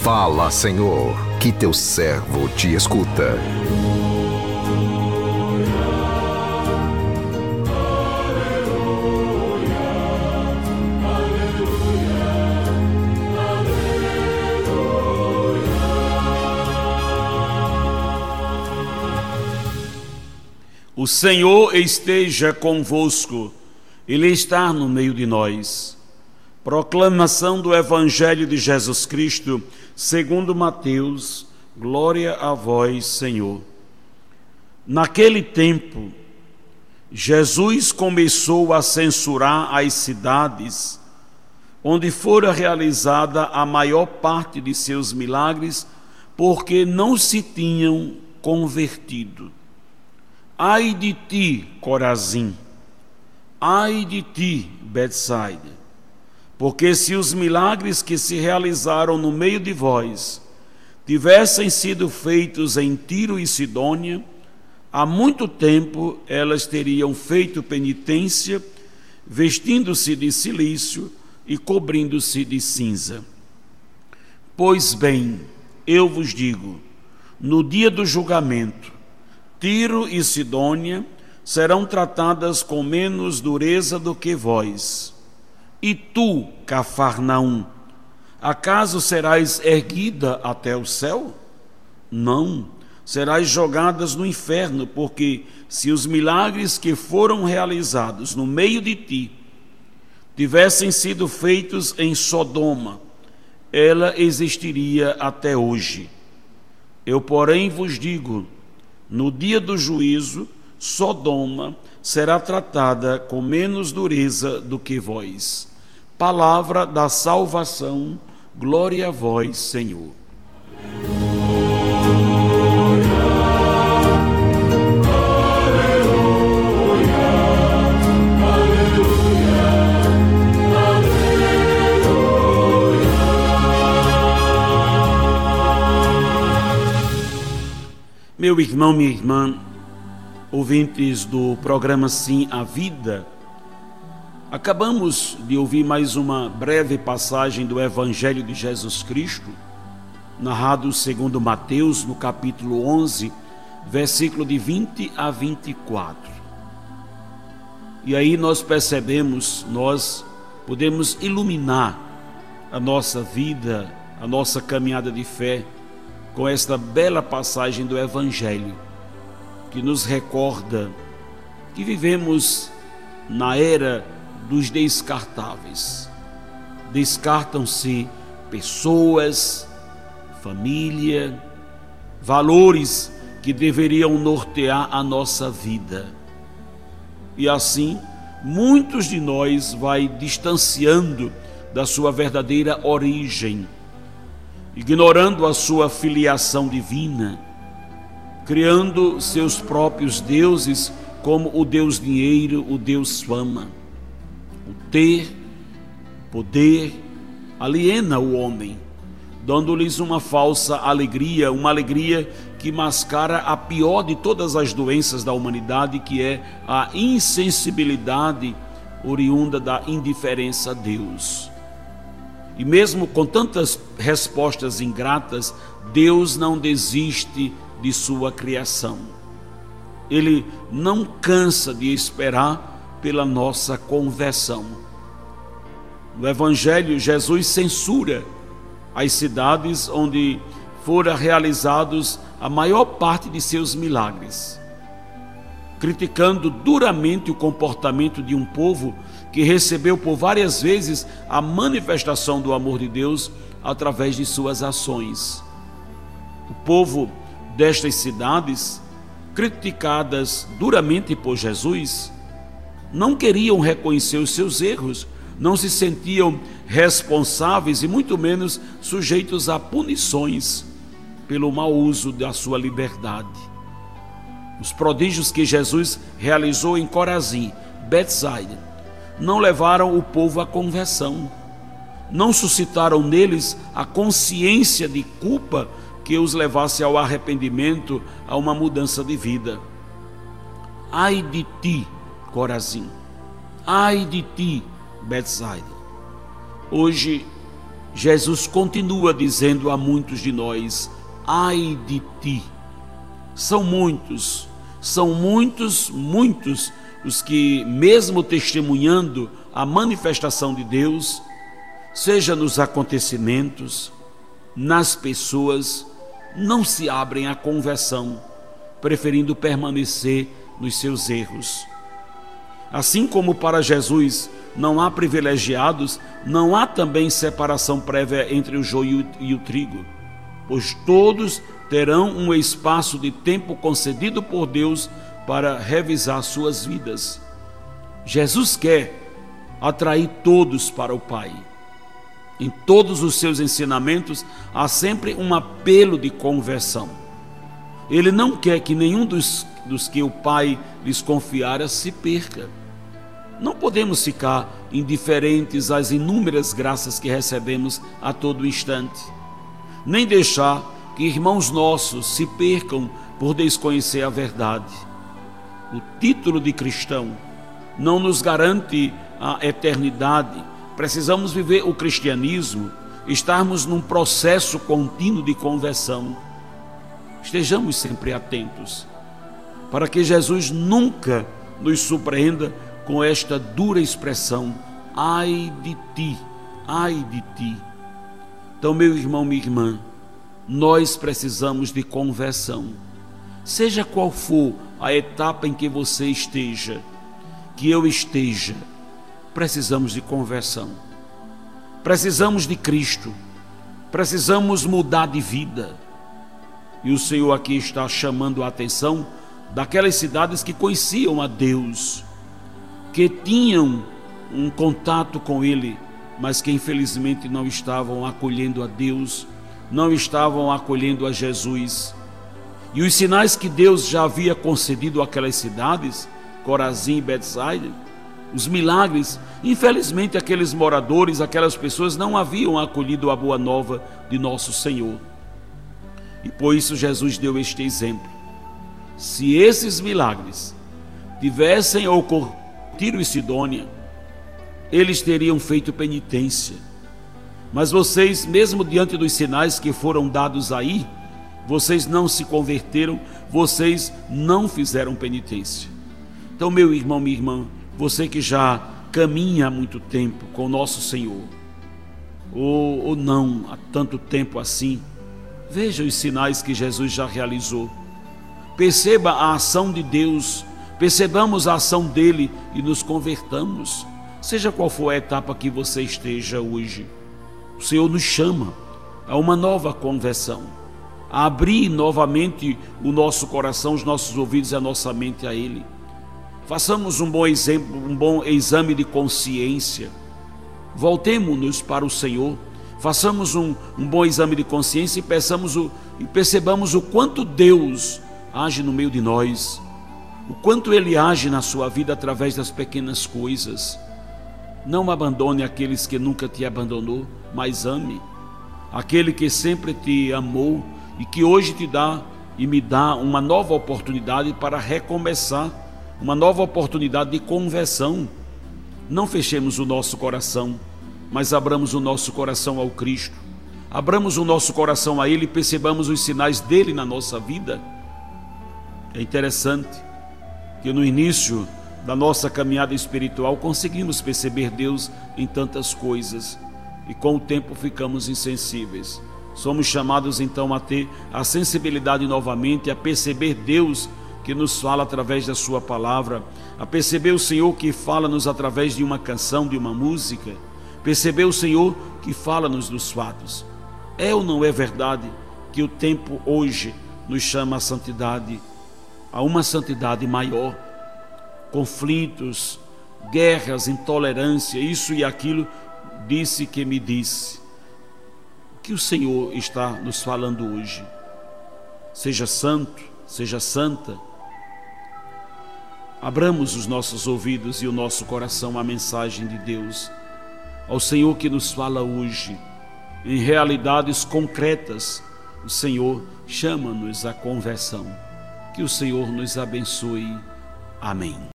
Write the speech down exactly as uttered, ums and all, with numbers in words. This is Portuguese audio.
Fala, Senhor, que teu servo te escuta. O Senhor esteja convosco, Ele está no meio de nós. Proclamação do Evangelho de Jesus Cristo, segundo Mateus. Glória a vós, Senhor. Naquele tempo, Jesus começou a censurar as cidades onde fora realizada a maior parte de seus milagres, porque não se tinham convertido. Ai de ti, Corazim! Ai de ti, Betsaida! Porque se os milagres que se realizaram no meio de vós tivessem sido feitos em Tiro e Sidônia, há muito tempo elas teriam feito penitência, vestindo-se de cilício e cobrindo-se de cinza. Pois bem, eu vos digo, no dia do julgamento, Tiro e Sidônia serão tratadas com menos dureza do que vós. E tu, Cafarnaum, acaso serás erguida até o céu? Não, serás jogadas no inferno, porque se os milagres que foram realizados no meio de ti tivessem sido feitos em Sodoma, ela existiria até hoje. Eu, porém, vos digo, no dia do juízo, Sodoma será tratada com menos dureza do que vós. Palavra da salvação, glória a vós, Senhor. Meu irmão, minha irmã, ouvintes do programa Sim a Vida, acabamos de ouvir mais uma breve passagem do Evangelho de Jesus Cristo, narrado segundo Mateus, no capítulo onze, versículo de vinte a vinte e quatro. E aí nós percebemos, nós podemos iluminar a nossa vida, a nossa caminhada de fé, com esta bela passagem do Evangelho, que nos recorda que vivemos na era dos descartáveis. Descartam-se pessoas, família, valores que deveriam nortear a nossa vida. E assim, muitos de nós vai distanciando da sua verdadeira origem, ignorando a sua filiação divina, criando seus próprios deuses, como o Deus dinheiro, o Deus fama. O ter, poder, aliena o homem, dando-lhes uma falsa alegria, uma alegria que mascara a pior de todas as doenças da humanidade, que é a insensibilidade oriunda da indiferença a Deus. E mesmo com tantas respostas ingratas, Deus não desiste de sua criação. Ele não cansa de esperar pela nossa conversão. No Evangelho, Jesus censura as cidades onde fora realizados a maior parte de seus milagres, criticando duramente o comportamento de um povo que recebeu por várias vezes a manifestação do amor de Deus através de suas ações. O povo destas cidades, criticadas duramente por Jesus, não queriam reconhecer os seus erros, não se sentiam responsáveis e muito menos sujeitos a punições pelo mau uso da sua liberdade. Os prodígios que Jesus realizou em Corazim, Betsaida, não levaram o povo à conversão, não suscitaram neles a consciência de culpa que os levasse ao arrependimento, a uma mudança de vida. Ai de ti, Corazim! Ai de ti, Betsaida! Hoje, Jesus continua dizendo a muitos de nós: ai de ti. São muitos, são muitos, muitos os que, mesmo testemunhando a manifestação de Deus, seja nos acontecimentos, nas pessoas, não se abrem à conversão, preferindo permanecer nos seus erros. Assim como para Jesus não há privilegiados, não há também separação prévia entre o joio e o trigo, pois todos terão um espaço de tempo concedido por Deus para revisar suas vidas. Jesus quer atrair todos para o Pai. Em todos os seus ensinamentos há sempre um apelo de conversão. Ele não quer que nenhum dos, dos que o Pai lhes confiara se perca. Não podemos ficar indiferentes às inúmeras graças que recebemos a todo instante, nem deixar que irmãos nossos se percam por desconhecer a verdade. O título de cristão não nos garante a eternidade. Precisamos viver o cristianismo, estarmos num processo contínuo de conversão. Estejamos sempre atentos, para que Jesus nunca nos surpreenda com esta dura expressão: ai de ti, ai de ti. Então, meu irmão, minha irmã, nós precisamos de conversão. Seja qual for a etapa em que você esteja, que eu esteja, precisamos de conversão. Precisamos de Cristo. Precisamos mudar de vida. E o Senhor aqui está chamando a atenção daquelas cidades que conheciam a Deus, que tinham um contato com Ele, mas que infelizmente não estavam acolhendo a Deus, não estavam acolhendo a Jesus. E os sinais que Deus já havia concedido àquelas cidades, Corazim e Betsaida, os milagres, infelizmente aqueles moradores, aquelas pessoas não haviam acolhido a boa nova de nosso Senhor. E por isso Jesus deu este exemplo. Se esses milagres tivessem ocorrido em Tiro e Sidônia, eles teriam feito penitência. Mas vocês, mesmo diante dos sinais que foram dados aí, vocês não se converteram, vocês não fizeram penitência. Então, meu irmão, minha irmã, você que já caminha há muito tempo com o nosso Senhor, ou, ou não há tanto tempo assim, veja os sinais que Jesus já realizou. Perceba a ação de Deus, percebamos a ação dele e nos convertamos. Seja qual for a etapa que você esteja hoje, o Senhor nos chama a uma nova conversão, a abrir novamente o nosso coração, os nossos ouvidos e a nossa mente a Ele. Façamos um bom exemplo, um bom exame de consciência. Voltemo-nos para o Senhor, façamos um, um bom exame de consciência e, peçamos o, e percebamos o quanto Deus age no meio de nós, o quanto Ele age na sua vida através das pequenas coisas. Não abandone aqueles que nunca te abandonou, mas ame aquele que sempre te amou e que hoje te dá e me dá uma nova oportunidade para recomeçar, uma nova oportunidade de conversão. Não fechemos o nosso coração, mas abramos o nosso coração ao Cristo, abramos o nosso coração a Ele e percebamos os sinais dele na nossa vida. É interessante que no início da nossa caminhada espiritual conseguimos perceber Deus em tantas coisas e com o tempo ficamos insensíveis. Somos chamados então a ter a sensibilidade novamente, a perceber Deus que nos fala através da sua palavra, a perceber o Senhor que fala-nos através de uma canção, de uma música, perceber o Senhor que fala-nos dos fatos. É ou não é verdade que o tempo hoje nos chama à santidade, a uma santidade maior? Conflitos, guerras, intolerância, isso e aquilo, disse que me disse. O que o Senhor está nos falando hoje? Seja santo, seja santa. Abramos os nossos ouvidos e o nosso coração à mensagem de Deus, ao Senhor que nos fala hoje, em realidades concretas. O Senhor chama-nos à conversão. Que o Senhor nos abençoe. Amém.